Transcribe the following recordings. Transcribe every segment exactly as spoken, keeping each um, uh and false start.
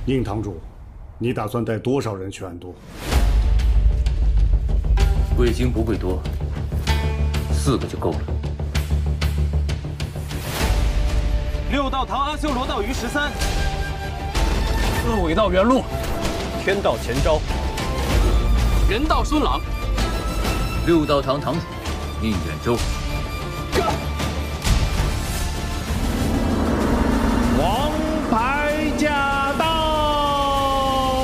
宁堂主，你打算带多少人去安都？ 贵精不贵多，四个就够了。 六道堂阿修罗道于十三， 四尾道元禄， 天道钱昭， 人道孙朗， 六道堂堂主宁远舟。 王牌驾到！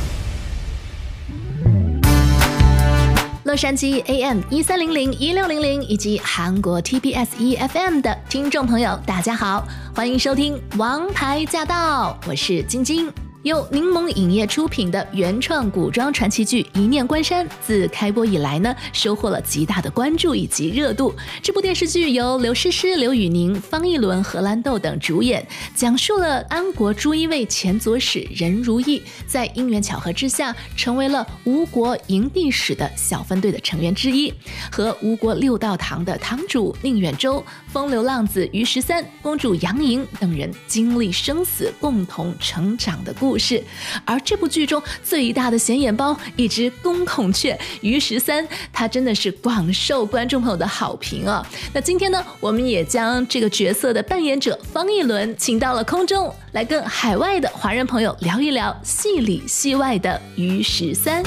洛杉矶 A M 一三零零一六零零以及韩国 T B S E F M 的听众朋友，大家好，欢迎收听《王牌驾到》，我是晶晶。由柠檬影业出品的原创古装传奇剧《一念关山》，自开播以来呢，收获了极大的关注以及热度。这部电视剧由刘诗诗、刘宇宁、方逸伦、荷兰豆等主演，讲述了安国朱一卫前左使任如意在因缘巧合之下，成为了吴国营地使的小分队的成员之一，和吴国六道堂的堂主宁远舟、风流浪子于十三、公主杨莹等人经历生死，共同成长的故事。故事，而这部剧中最大的显眼包，一只公孔雀于十三，他真的是广受观众朋友的好评啊！那今天呢，我们也将这个角色的扮演者方逸伦请到了空中，来跟海外的华人朋友聊一聊戏里戏外的于十三。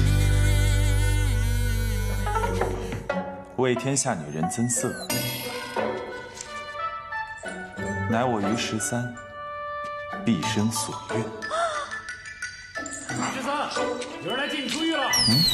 为天下女人增色，乃我于十三毕生所愿。 十三，有人来借你出狱了。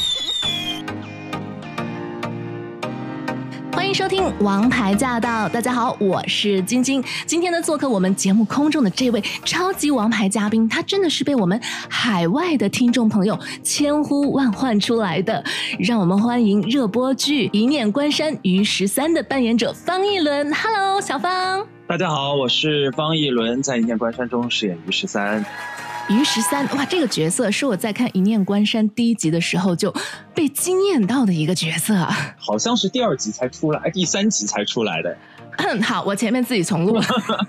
欢迎收听《王牌驾到》，大家好，我是晶晶。今天呢，做客我们节目空中的这位超级王牌嘉宾，他真的是被我们海外的听众朋友千呼万唤出来的。让我们欢迎热播剧《一念关山》于十三的扮演者方逸伦。Hello， 小方。 大家好，我是方逸伦，在《一念关山》中饰演于十三。 于十三，哇，这个角色是我在看《一念关山》第一集的时候就被惊艳到的一个角色啊， 好像是第二集才出来，第三集才出来的。 好，我前面自己重录了。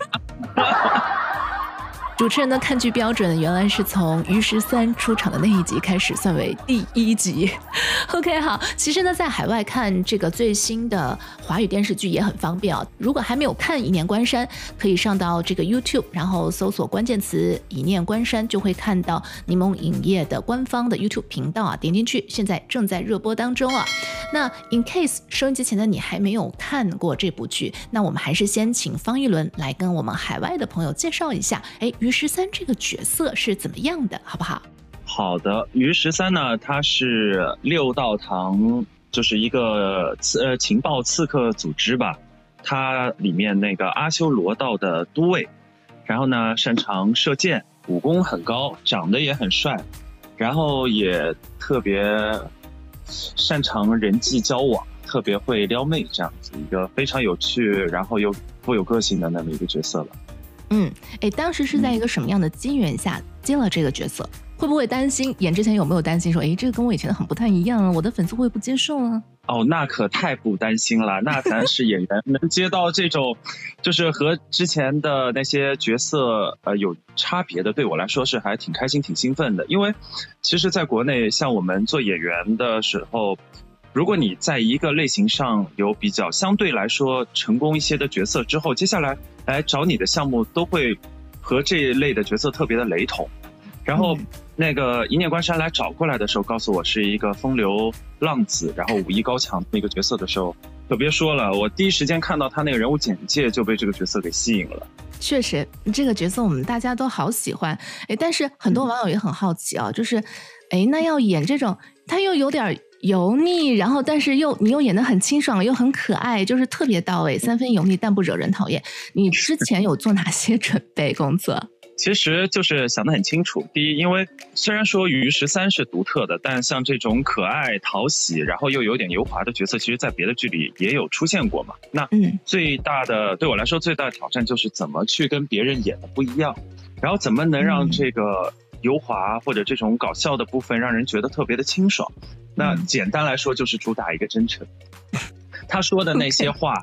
主持人的看剧标准原来是从于十三出场的那一集开始算为第一集。OK， 好，其实呢，在海外看这个最新的华语电视剧也很方便啊。如果还没有看《一念关山》，可以上到这个 YouTube， 然后搜索关键词“一念关山”，就会看到柠檬影业的官方的 YouTube 频道啊，点进去，现在正在热播当中啊。那 in case 收音机前的你还没有看过这部剧，那我们还是先请方逸伦来跟我们海外的朋友介绍一下，哎，于十三这个角色是怎么样的，好不好？ 好的，于十三呢，他是六道堂，就是一个呃情报刺客组织吧，他里面那个阿修罗道的都尉，然后呢擅长射箭，武功很高，长得也很帅，然后也特别擅长人际交往，特别会撩妹，这样子一个非常有趣，然后又富有个性的那么一个角色吧。 嗯，哎，当时是在一个什么样的机缘下接了这个角色？会不会担心？演之前有没有担心说，哎，这个跟我以前的很不太一样啊？我的粉丝会不接受啊？ 哦，那可太不担心了。那咱是演员，能接到这种，就是和之前的那些角色呃有差别的，对我来说是还挺开心、挺兴奋的。因为其实在国内，像我们做演员的时候，如果你在一个类型上有比较相对来说成功一些的角色之后，接下来来找你的项目都会和这一类的角色特别的雷同。然后那个一念关山来找过来的时候，告诉我是一个风流浪子，然后武艺高强那个角色的时候，可别说了，我第一时间看到他那个人物简介就被这个角色给吸引了。 确实，这个角色我们大家都好喜欢，哎，但是很多网友也很好奇啊，就是，哎，那要演这种，他又有点油腻，然后但是又你又演得很清爽，又很可爱，就是特别到位，三分油腻但不惹人讨厌。你之前有做哪些准备工作？ 其实就是想得很清楚。第一，因为虽然说于十三是独特的，但像这种可爱讨喜然后又有点油滑的角色，其实在别的剧里也有出现过嘛。那最大的对我来说最大的挑战就是怎么去跟别人演的不一样，然后怎么能让这个油滑或者这种搞笑的部分让人觉得特别的清爽。那简单来说就是主打一个真诚。他说的那些话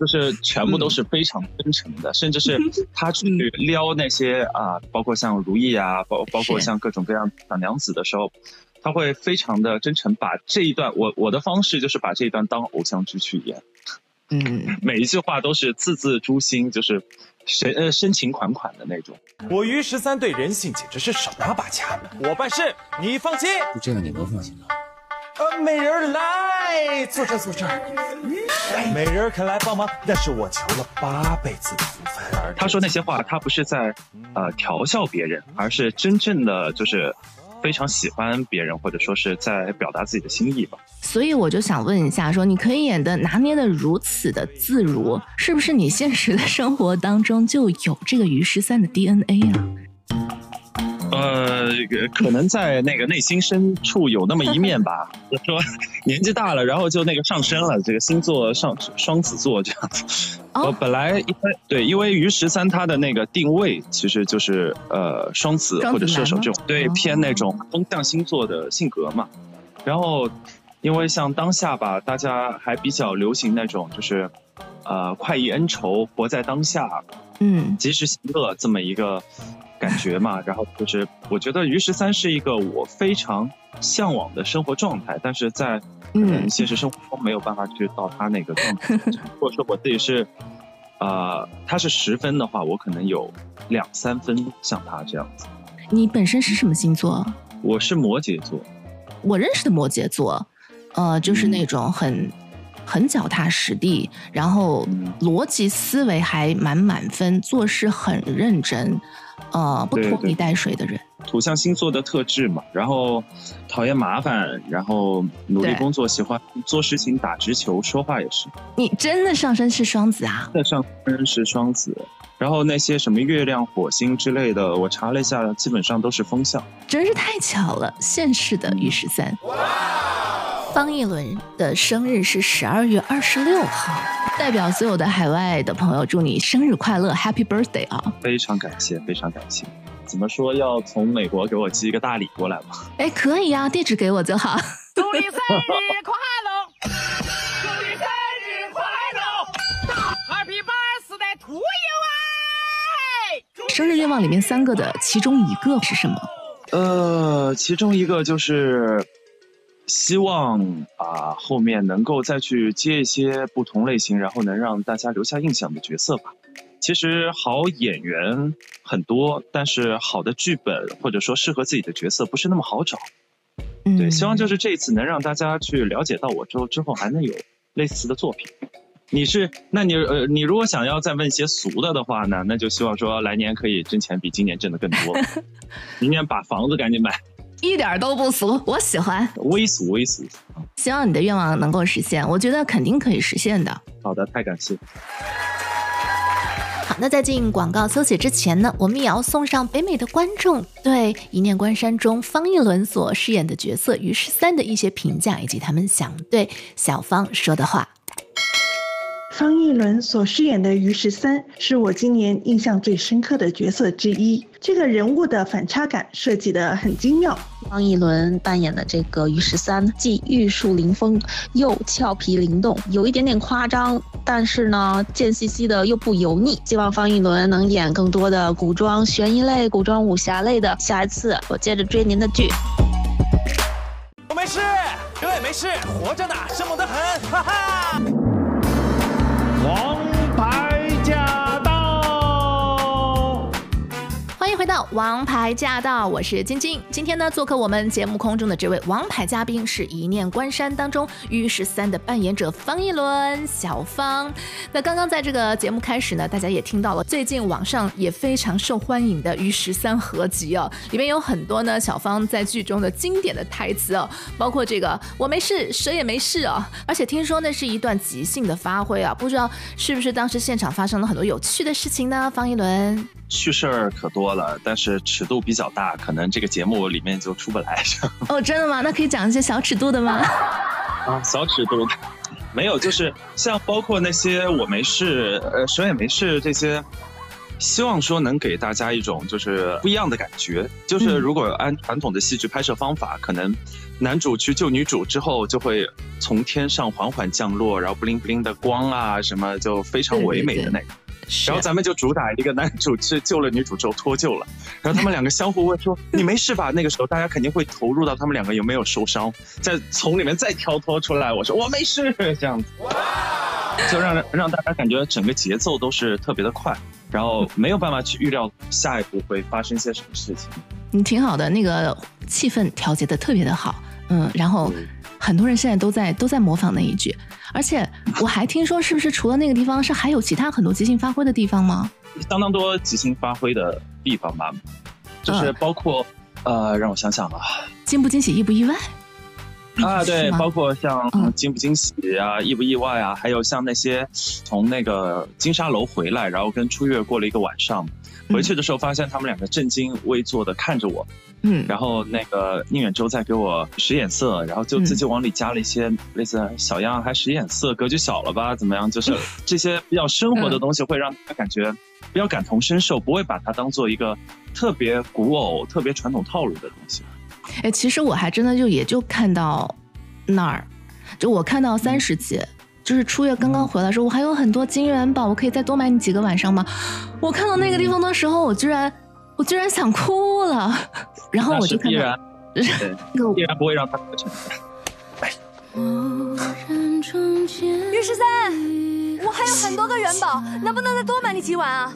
就是全部都是非常真诚的，甚至是他去撩那些啊，包括像如意啊，包包括像各种各样小娘子的时候，他会非常的真诚，把这一段我我的方式就是把这一段当偶像剧去演，嗯，每一句话都是字字诛心，就是深呃深情款款的那种。 我于十三对人性简直是手拿把掐的，我办事你放心。 这个你能放心吗？ 呃，美人来，坐这坐这。美人肯来帮忙，那是我求了八辈子的福分。 他说那些话，他不是在呃调笑别人，而是真正的就是非常喜欢别人，或者说是在表达自己的心意吧。 所以我就想问一下，说你可以演的拿捏的如此的自如，是不是你现实的生活当中就有这个于十三的 D N A 啊？ 呃，可能在那个内心深处有那么一面吧，就说年纪大了，然后就那个上升了，这个星座上双子座这样子。我、哦、本来因为对，因为于十三他的那个定位其实就是呃双子或者射手这种，对、哦、偏那种风象星座的性格嘛。然后因为像当下吧，大家还比较流行那种就是呃快意恩仇，活在当下，嗯，及时行乐这么一个感觉嘛。然后就是我觉得于十三是一个我非常向往的生活状态，但是在嗯现实生活中没有办法去到他那个状态。如果说我自己是呃他是十分的话，我可能有两三分像他这样子。 你本身是什么星座？ 我是摩羯座。 我认识的摩羯座呃就是那种很、嗯、很脚踏实地，然后逻辑思维还蛮满分，做事很认真，呃，不拖泥带水的人。 土象星座的特质嘛，然后讨厌麻烦，然后努力工作，喜欢做事情打直球，说话也是。 你真的上升是双子啊？ 真的上升是双子，然后那些什么月亮、火星之类的，我查了一下，基本上都是风象。 真是太巧了，现世的于十三。方逸伦的生日是十二月二十六号，代表所有的海外的朋友，祝你生日快乐 ，Happy Birthday 啊！ 非常感谢，非常感谢。怎么说，要从美国给我寄一个大礼过来吗？ 哎，可以啊，地址给我就好。 祝你生日快乐！祝你生日快乐 ！Happy Birthday to you 啊！ 生日愿望里面三个的其中一个是什么？ 呃，其中一个就是希望啊、呃，后面能够再去接一些不同类型，然后能让大家留下印象的角色吧。其实好演员很多，但是好的剧本或者说适合自己的角色不是那么好找。嗯、对，希望就是这一次能让大家去了解到我之后，之后还能有类似的作品。你是，那你呃，你如果想要再问一些俗的的话呢，那就希望说来年可以挣钱比今年挣的更多，明年把房子赶紧买。 一点都不俗，我喜欢。 微俗微俗。 希望你的愿望能够实现，我觉得肯定可以实现的。 好的，太感谢。 好，那在进广告休息之前呢，我们也要送上北美的观众对《一念关山》中方逸伦所饰演的角色于十三的一些评价，以及他们想对小芳说的话。 方逸伦所饰演的于十三是我今年印象最深刻的角色之一，这个人物的反差感设计得很精妙。 方逸伦扮演的这个于十三既玉树临风又俏皮灵动，有一点点夸张，但是呢贱兮兮的又不油腻。希望方逸伦能演更多的古装悬疑类、古装武侠类的，下一次我接着追您的剧。 我没事，对，没事，活着呢，生猛得很，哈哈。王牌驾到！ 欢迎回到王牌驾到，我是晶晶。今天呢，做客我们节目空中的这位王牌嘉宾是《一念关山》当中于十三的扮演者方逸伦小芳。那刚刚在这个节目开始呢，大家也听到了最近网上也非常受欢迎的于十三合集哦，里面有很多呢小芳在剧中的经典的台词哦，包括这个我没事，谁也没事哦。而且听说那是一段即兴的发挥啊，不知道是不是当时现场发生了很多有趣的事情呢？方逸伦。 趣事儿可多了，但是尺度比较大，可能这个节目里面就出不来。 哦，真的吗？那可以讲一些小尺度的吗？ 啊，小尺度没有，就是像包括那些我没事，呃，谁也没事这些， 希望说能给大家一种就是不一样的感觉。就是如果按传统的戏剧拍摄方法，可能男主去救女主之后，就会从天上缓缓降落，然后不灵不灵的光啊什么，就非常唯美的那个。然后咱们就主打一个男主去救了女主之后脱臼了，然后他们两个相互问说你没事吧？那个时候大家肯定会投入到他们两个有没有受伤，在从里面再跳脱出来，我说我没事，这样子，就让让大家感觉整个节奏都是特别的快，然后没有办法去预料下一步会发生些什么事情。 你挺好的，那个气氛调节的特别的好，嗯，然后很多人现在都在都在模仿那一句，而且我还听说是不是除了那个地方，是还有其他很多即兴发挥的地方吗？ 相当多即兴发挥的地方吧，就是包括、嗯、呃，让我想想啊， 惊不惊喜，意不意外？ 啊，对，包括像惊不惊喜啊、嗯、意不意外啊，还有像那些从那个金沙楼回来，然后跟初月过了一个晚上，回去的时候发现他们两个正襟危坐的看着我，嗯，然后那个宁远舟在给我使眼色，然后就自己往里加了一些类似小样还使眼色，格局小了吧，怎么样？就是这些比较生活的东西会让他感觉比较感同身受，不会把它当做一个特别古偶、特别传统套路的东西。 哎，其实我还真的就也就看到那儿，就我看到三十集、嗯，就是初月刚刚回来说，我还有很多金元宝，我可以再多买你几个晚上吗？我看到那个地方的时候，我居然我居然想哭了，然后我就看到， 必然，对，必然不会让他得逞。 于十三，我还有很多个元宝，能不能再多买你几晚啊？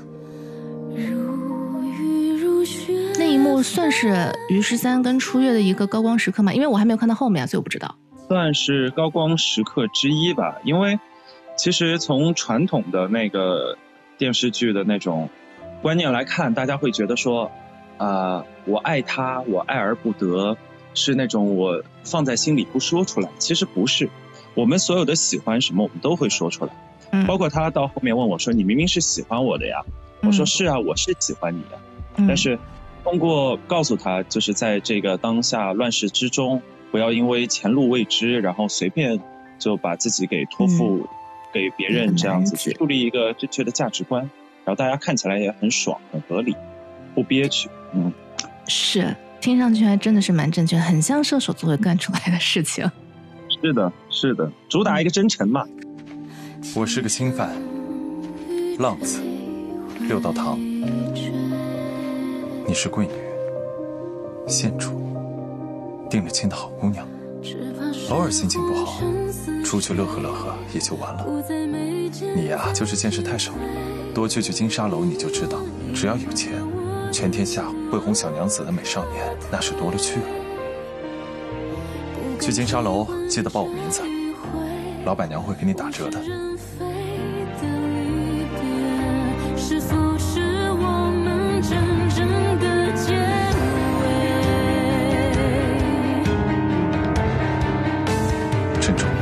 那一幕算是于十三跟初月的一个高光时刻吗？因为我还没有看到后面，所以我不知道。 算是高光时刻之一吧，因为其实从传统的那个电视剧的那种观念来看，大家会觉得说，啊、呃，我爱他，我爱而不得，是那种我放在心里不说出来。其实不是，我们所有的喜欢什么，我们都会说出来。嗯，包括他到后面问我说：“你明明是喜欢我的呀。”我说：“是啊，我是喜欢你的。嗯”但是通过告诉他，就是在这个当下乱世之中，不要因为前路未知，然后随便就把自己给托付给别人，这样子去树立一个正确的价值观，然后大家看起来也很爽，很合理，不憋屈。嗯， 是，听上去还真的是蛮正确，很像射手座会干出来的事情。 是的，是的，主打一个真诚嘛。 我是个清饭，浪子，六道堂。你是贵女，县主，定了亲的好姑娘，偶尔心情不好，出去乐呵乐呵也就完了。你呀，就是见识太少了，多去去金沙楼你就知道，只要有钱，全天下会哄小娘子的美少年那是多了去了。去金沙楼记得报我名字，老板娘会给你打折的。是否是我们真正的结尾？珍重。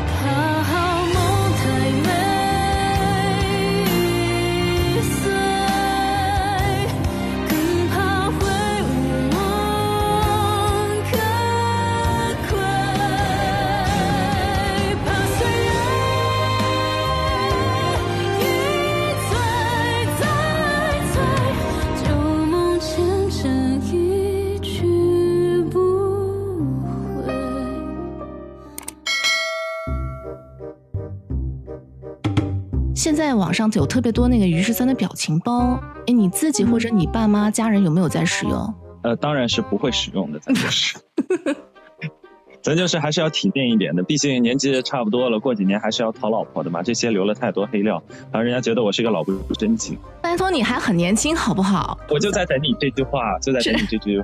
现在网上有特别多那个于十三的表情包，哎，你自己或者你爸妈家人有没有在使用？ 呃，当然是不会使用的，咱就是咱就是还是要体面一点的，毕竟年纪差不多了，过几年还是要讨老婆的嘛，这些留了太多黑料，让人家觉得我是个老不正经。 拜托你还很年轻好不好？ 我就在等你这句话，就在等你这句话。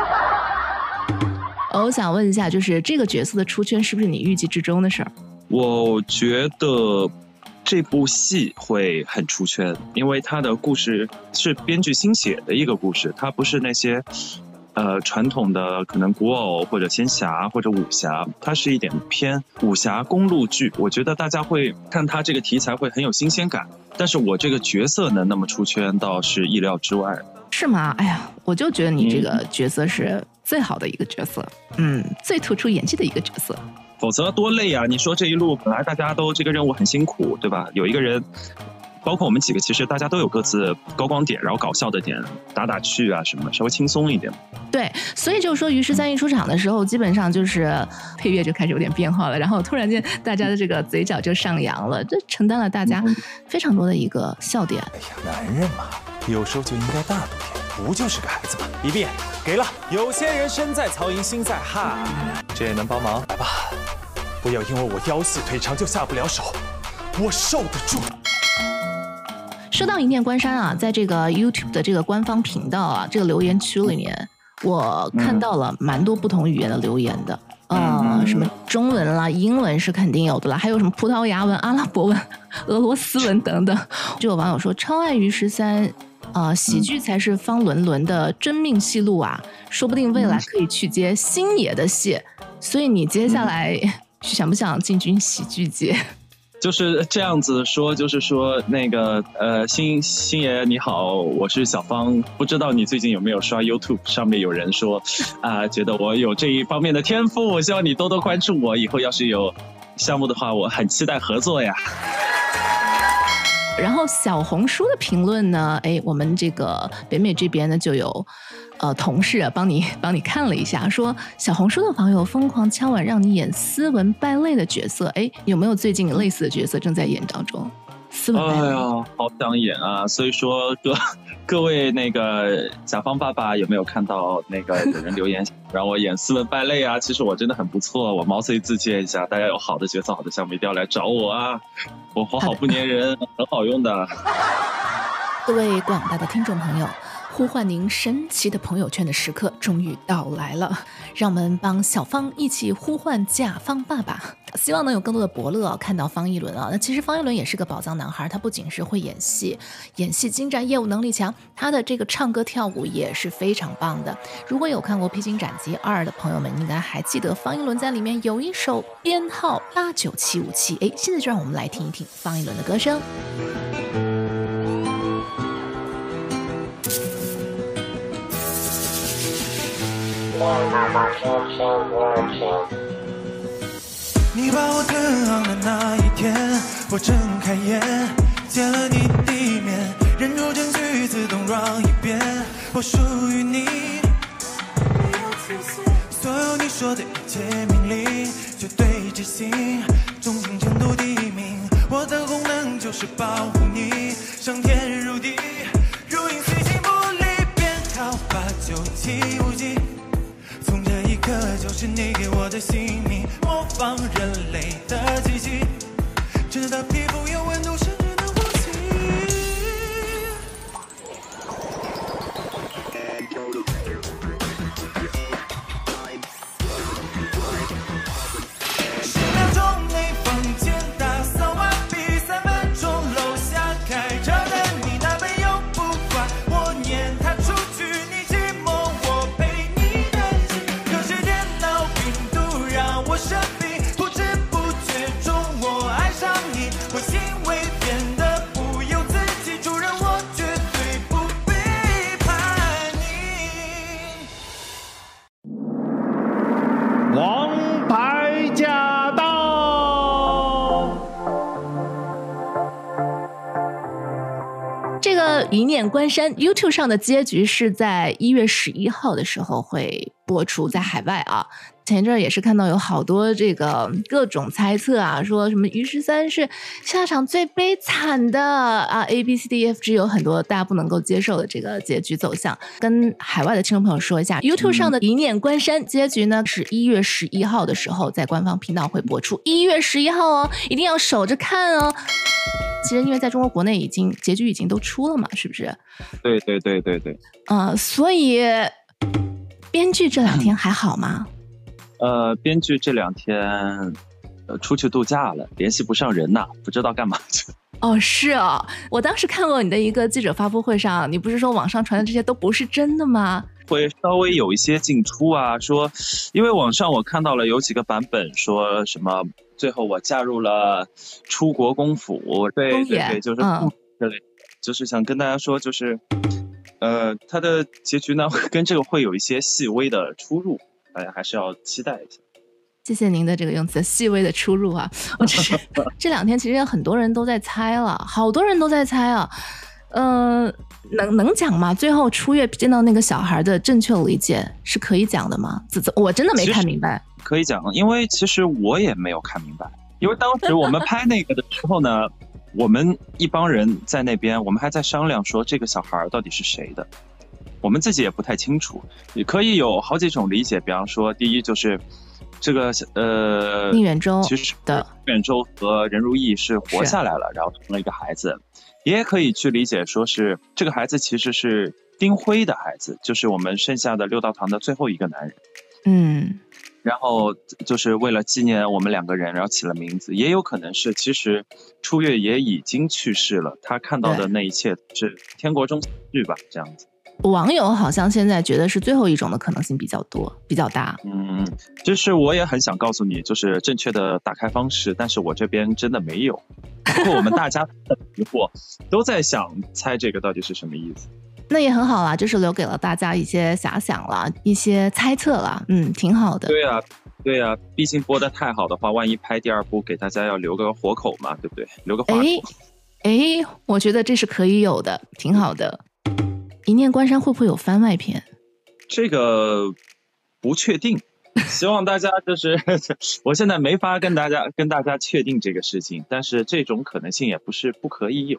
我想问一下，就是这个角色的出圈是不是你预计之中的事儿？ 我觉得这部戏会很出圈，因为它的故事是编剧新写的一个故事，它不是那些呃传统的可能古偶或者仙侠或者武侠，它是一点偏武侠公路剧。我觉得大家会看它这个题材会很有新鲜感，但是我这个角色能那么出圈倒是意料之外。 是吗？哎呀，我就觉得你这个角色是最好的一个角色，嗯，最突出演技的一个角色。 否则多累啊！你说这一路本来大家都这个任务很辛苦，对吧？有一个人包括我们几个其实大家都有各自高光点，然后搞笑的点，打打趣啊什么，稍微轻松一点。 对，所以就是说于十三一出场的时候，基本上就是配乐就开始有点变化了，然后突然间大家的这个嘴角就上扬了，这承担了大家非常多的一个笑点。 哎呀，男人嘛，有时候就应该大度点，不就是个孩子吗？一币给了。有些人身在曹营心在汉，这也能帮忙？来吧，不要因为我腰细腿长就下不了手，我受得住。 说到一念关山啊，在这个 YouTube 的这个官方频道啊，这个留言区里面，我看到了蛮多不同语言的留言的。呃，什么中文啦、英文是肯定有的啦，还有什么葡萄牙文、阿拉伯文、俄罗斯文等等。就有网友说，超爱于十三，呃，喜剧才是方伦伦的真命戏路啊，说不定未来可以去接星爷的戏。所以你接下来想不想进军喜剧界？ 就是这样子说，就是说那个呃，星星爷你好，我是小芳，不知道你最近有没有刷 YouTube， 上面有人说啊、呃，觉得我有这一方面的天赋，我希望你多多关注我，以后要是有项目的话，我很期待合作呀。 然后小红书的评论呢，哎，我们这个北美这边呢就有呃同事帮你帮你看了一下，说小红书的网友疯狂敲碗让你演斯文败类的角色，哎，有没有最近类似的角色正在演当中？斯文败类， 哎呀，好想演啊！所以说各各位那个甲方爸爸有没有看到那个有人留言让我演斯文败类啊？其实我真的很不错，我毛遂自荐一下，大家有好的角色、好的项目一定要来找我啊！我我好不粘人，很好用的。 各位广大的听众朋友，呼唤您神奇的朋友圈的时刻终于到来了，让我们帮小芳一起呼唤甲方爸爸，希望能有更多的伯乐、啊、看到方逸伦啊。那其实方逸伦也是个宝藏男孩，他不仅是会演戏，演戏精湛，业务能力强，他的这个唱歌跳舞也是非常棒的。如果有看过《披荆斩棘二》的朋友们，应该还记得方逸伦在里面有一首编号八九七五七。哎，现在就让我们来听一听方逸伦的歌声。 你把我疼爱的那一天，我睁开眼，见了你第一面，人如证据自动让一遍，我属于你。所有你说的一切命令，绝对执行，忠心程度第一名。我的功能就是保护你，上天入地，如影随形不离，编号八九七五七。从这一刻就是你给我的姓名，模仿人类的奇迹，直到皮肤有温度，甚至能呼吸。十秒钟内房间打扫完毕，三分钟楼下开车等你，男朋友不管我撵他出去，你寂寞我陪你的心，可是电脑病毒让我生病，不知不觉中我爱上你，我行为变得不由自己，主人我绝对不背叛你。 王牌驾到！ 这个一念关山 YouTube 上的结局是在一月十一号的时候会播出，在海外啊。前一阵也是看到有好多这个各种猜测啊，说什么于十三是下场最悲惨的啊 ，A B C D F G 有很多大家不能够接受的这个结局走向。跟海外的听众朋友说一下 ，YouTube 上的一念关山结局呢是一月十一号的时候在官方频道会播出，一月十一号哦，一定要守着看哦。其实因为在中国国内已经结局已经都出了嘛，是不是？ 对对对对对。 呃，所以编剧这两天还好吗？ 呃，编剧这两天呃出去度假了，联系不上人呐，不知道干嘛去。 哦，是哦，我当时看过你的一个记者发布会上，你不是说网上传的这些都不是真的吗？ 会稍微有一些进出啊，说，因为网上我看到了有几个版本，说什么最后我嫁入了出国公府，对对对，就是嗯，对，就是想跟大家说，就是呃，它的结局呢跟这个会有一些细微的出入，大家还是要期待一下。 谢谢您的这个用词细微的出入啊！我只是这两天其实有很多人都在猜了，好多人都在猜啊。呃，能能讲吗？最后初月见到那个小孩的正确理解是可以讲的吗？我真的没看明白。 可以讲，因为其实我也没有看明白，因为当时我们拍那个的时候呢，我们一帮人在那边，我们还在商量说这个小孩到底是谁的，我们自己也不太清楚，也可以有好几种理解。比方说，第一就是这个呃， 宁远舟其实的宁远舟和任如意是活下来了，然后生了一个孩子。也可以去理解说是这个孩子其实是丁辉的孩子，就是我们剩下的六道堂的最后一个男人。 嗯， 然后就是为了纪念我们两个人，然后起了名字。也有可能是其实初月也已经去世了，他看到的那一切是天国中剧吧，这样子。 网友好像现在觉得是最后一种的可能性比较多，比较大。 嗯，就是我也很想告诉你，就是正确的打开方式，但是我这边真的没有。包括我们大家的疑惑，都在想猜这个到底是什么意思。 那也很好啦，就是留给了大家一些遐想啦，一些猜测啦，嗯，挺好的。 对啊，对啊，毕竟播得太好的话，万一拍第二部，给大家要留个活口嘛，对不对？留个话口。 哎，我觉得这是可以有的，挺好的。一念关山会不会有番外篇？ 这个不确定，希望大家就是我现在没法跟大家跟大家确定这个事情，但是这种可能性也不是不可以有。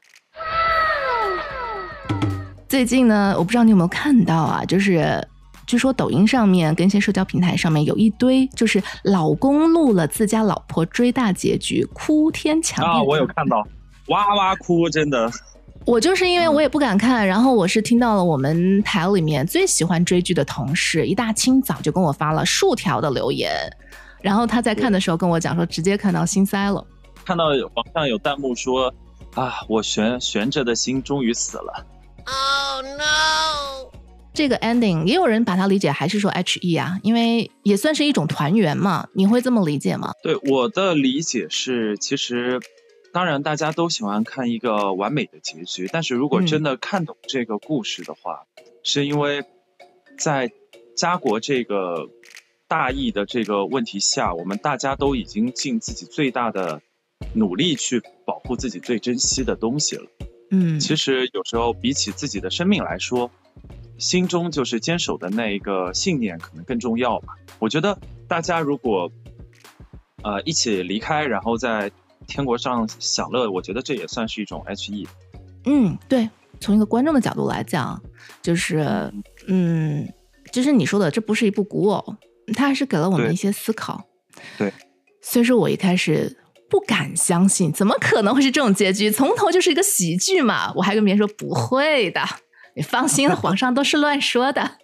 最近呢，我不知道你有没有看到啊，就是据说抖音上面跟一些社交平台上面有一堆就是老公录了自家老婆追大结局，哭天抢地啊， 我有看到，哇哇哭，真的。 我就是因为我也不敢看，然后我是听到了我们台里面最喜欢追剧的同事一大清早就跟我发了数条的留言，然后他在看的时候跟我讲说直接看到心塞了。 看到网上有弹幕说啊，我悬悬着的心终于死了。 Oh no！ 这个 ending 也有人把它理解还是说 H E 啊，因为也算是一种团圆嘛，你会这么理解吗？ 对，我的理解是其实当然大家都喜欢看一个完美的结局，但是如果真的看懂这个故事的话、嗯、是因为在家国这个大义的这个问题下，我们大家都已经尽自己最大的努力去保护自己最珍惜的东西了。 嗯， 其实有时候比起自己的生命来说，心中就是坚守的那一个信念可能更重要吧。我觉得大家如果呃一起离开，然后在天国上享乐，我觉得这也算是一种 H E。 嗯，对，从一个观众的角度来讲，就是嗯，就是你说的这不是一部古偶，它还是给了我们一些思考。 对， 所以说我一开始不敢相信，怎么可能会是这种结局，从头就是一个喜剧嘛。我还跟别人说不会的，你放心了，皇上都是乱说的。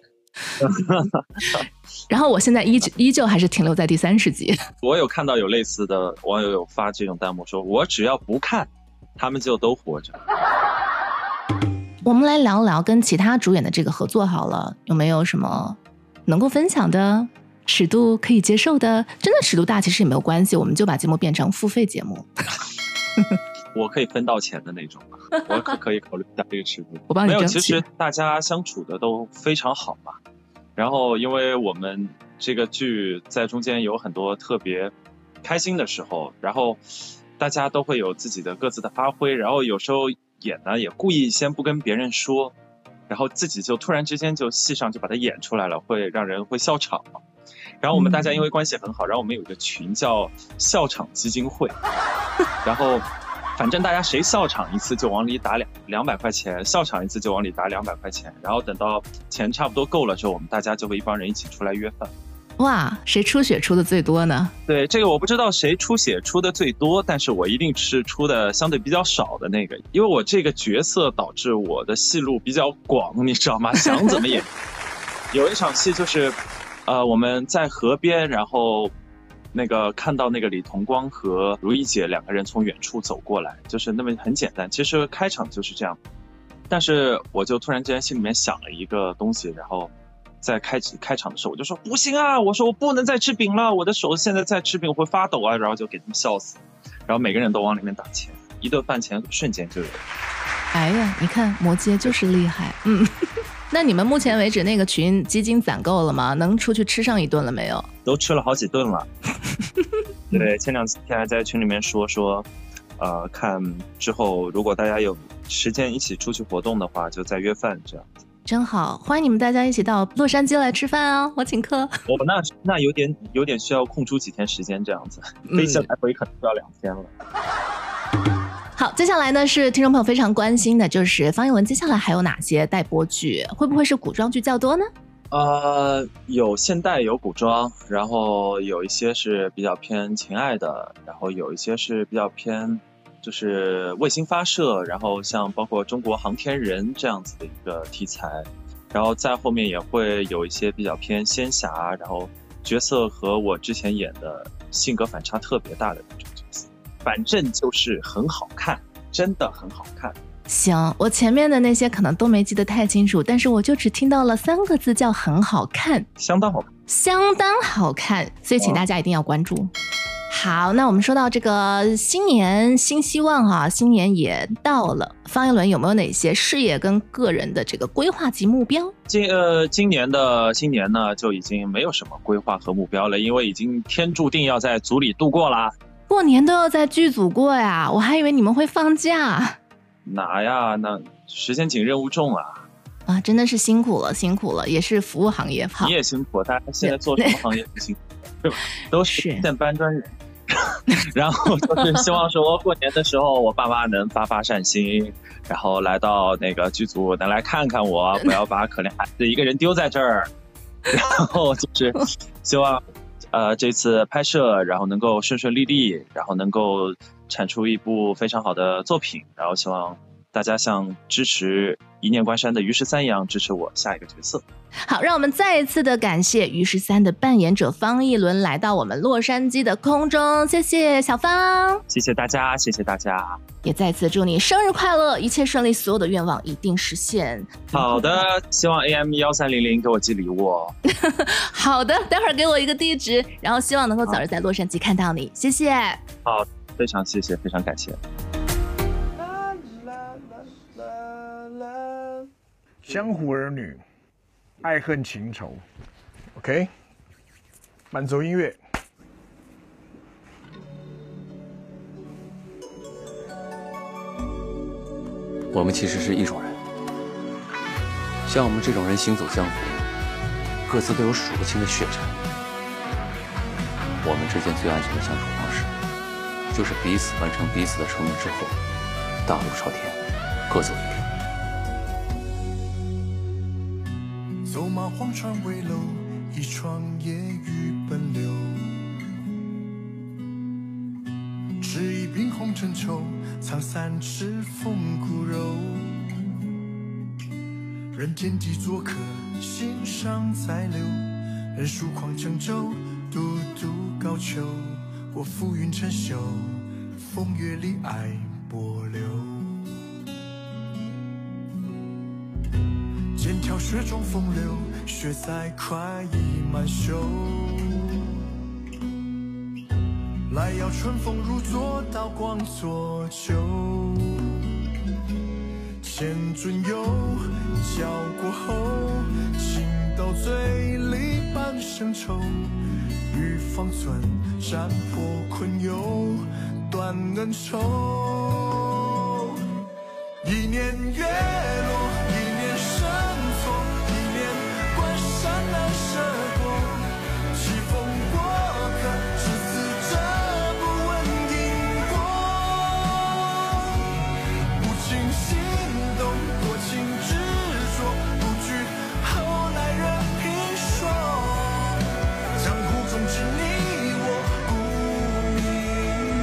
然后我现在依旧依旧还是停留在第三十集。 我有看到有类似的网友有发这种弹幕说，我只要不看他们就都活着。 我们来聊聊跟其他主演的这个合作好了，有没有什么能够分享的尺度可以接受的？真的尺度大其实也没有关系，我们就把节目变成付费节目。 我可以分到钱的那种，我可可以考虑一下这个尺度。 我帮你争取。 没有，其实大家相处的都非常好嘛。然后因为我们这个剧在中间有很多特别开心的时候，然后大家都会有自己的各自的发挥，然后有时候演呢也故意先不跟别人说，然后自己就突然之间就戏上就把它演出来了，会让人会笑场嘛。然后我们大家因为关系很好，然后我们有一个群叫笑场基金会，然后反正大家谁笑场一次就往里打两两百块钱，笑场一次就往里打两百块钱，然后等到钱差不多够了之后，我们大家就会一帮人一起出来约饭。 哇，谁出血出的最多呢？ 对，这个我不知道谁出血出的最多，但是我一定是出的相对比较少的那个，因为我这个角色导致我的戏路比较广，你知道吗？想怎么演。有一场戏就是，呃，我们在河边，然后。那个看到那个李同光和如意姐两个人从远处走过来，就是那么很简单，其实开场就是这样。但是我就突然之间心里面想了一个东西，然后在开开场的时候我就说不行啊，我说我不能再吃饼了，我的手现在在吃饼我会发抖啊，然后就给他们笑死，然后每个人都往里面打钱，一顿饭钱瞬间就有。 哎呀，你看摩羯就是厉害。嗯，那你们目前为止那个群基金攒够了吗？能出去吃上一顿了没有？ 都吃了好几顿了。 对，前两天还在群里面说说，呃，看之后如果大家有时间一起出去活动的话，就再约饭这样。 真好，欢迎你们大家一起到洛杉矶来吃饭啊！我请客。 哦，那那有点有点需要空出几天时间这样子，飞机来回可能就要两天了。 好，接下来呢是听众朋友非常关心的，就是方逸伦接下来还有哪些待播剧？会不会是古装剧较多呢？ 呃，有现代有古装，然后有一些是比较偏情爱的，然后有一些是比较偏就是卫星发射，然后像包括中国航天人这样子的一个题材，然后在后面也会有一些比较偏仙侠，然后角色和我之前演的性格反差特别大的那种角色，反正就是很好看，真的很好看。 行，我前面的那些可能都没记得太清楚，但是我就只听到了三个字叫很好看， 相当好看， 相当好看，所以请大家一定要关注。哦，好，那我们说到这个新年新希望哈、啊，新年也到了，方逸伦有没有哪些事业跟个人的这个规划及目标？ 今呃今年的新年呢，就已经没有什么规划和目标了，因为已经天注定要在组里度过啦。 过年都要在剧组过呀，我还以为你们会放假。 哪呀？那时间紧，任务重啊！ 啊，真的是辛苦了，辛苦了，也是服务行业哈。 你也辛苦，大家现在做什么行业不辛苦？对吧？都是现搬砖人。然后就是希望说过年的时候，我爸妈能发发善心，然后来到那个剧组能来看看我，不要把可怜孩子一个人丢在这儿。然后就是希望，呃，这次拍摄然后能够顺顺利利，然后能够产出一部非常好的作品，然后希望大家像支持一念关山的于十三一样支持我下一个角色。 好，让我们再一次的感谢于十三的扮演者方逸伦来到我们洛杉矶的空中，谢谢小方， 谢谢大家，谢谢大家， 也再次祝你生日快乐，一切顺利，所有的愿望一定实现。 好的，希望 A M 一三零零给我寄礼物哦。 好的，待会儿给我一个地址，然后希望能够早日在洛杉矶看到你，谢谢。 好，非常谢谢，非常感谢。 江湖儿女，爱恨情仇 ，OK， 伴奏音乐。 我们其实是一种人，像我们这种人行走江湖，各自都有数不清的血债。我们之间最安全的相处方式，就是彼此完成彼此的承诺之后，大路朝天，各走一边。 走马荒川危楼，一窗夜雨奔流。持一柄红尘愁，藏三尺风骨柔。任天地作客，心上再留。任疏狂乘舟，独渡高丘。过浮云成袖，风月里爱波流。剑挑雪中风流，血在快意满袖。来邀春风入座，刀光作酒。千樽游，交过后，情到醉里半生愁。欲方寸，斩破困忧，断恩仇。一年月落，一年生错，一年关山难涉过。棋逢过客，至死这不问因果。无情心动，多情执着，不惧后来人评说。江湖中只你我不明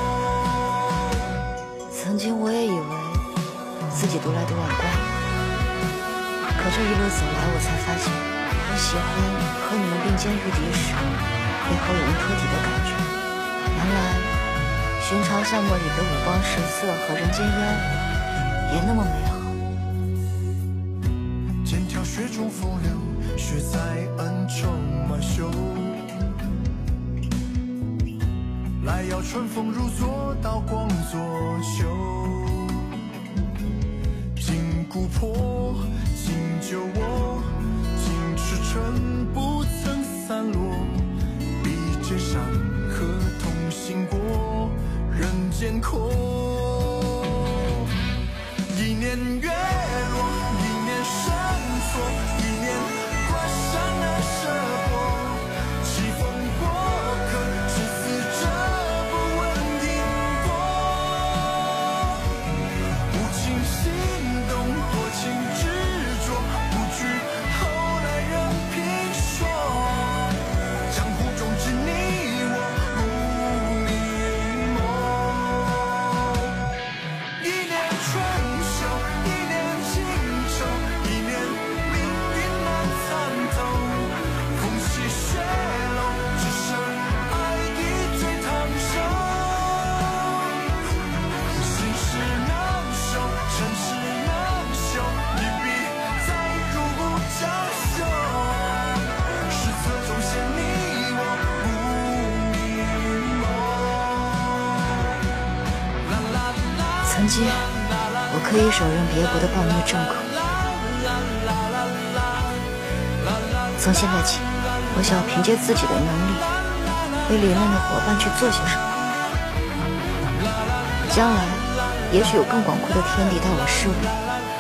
梦。 曾经我也以为自己独来独往惯了，可这一路走来，我才发现，我喜欢和你们并肩御敌时，背后有人托底的感觉。原来，寻常巷陌里的五光十色和人间烟火，也那么美好。 剑挑雪中风流，血在恩仇满袖。来邀春风入座，刀光作酒。琥珀，经酒窝，经赤诚不曾散落。笔尖上年月落，一年生错，一年关上了舍破。棋逢过客，只死者不问因果。无情心动，多情执着，不惧后来人评说。江湖中只你我，如你梦。一年春秋，一年情愁，一年命运难参透。空隙血漏，只剩爱意最烫手。心事难收，尘世难休，一笔再入无将休。史册中写你我不迷梦。 曾经，我可以手刃别国的暴虐政客。从现在起，我想要凭借自己的能力，为离难的伙伴去做些什么。将来，也许有更广阔的天地待我施为，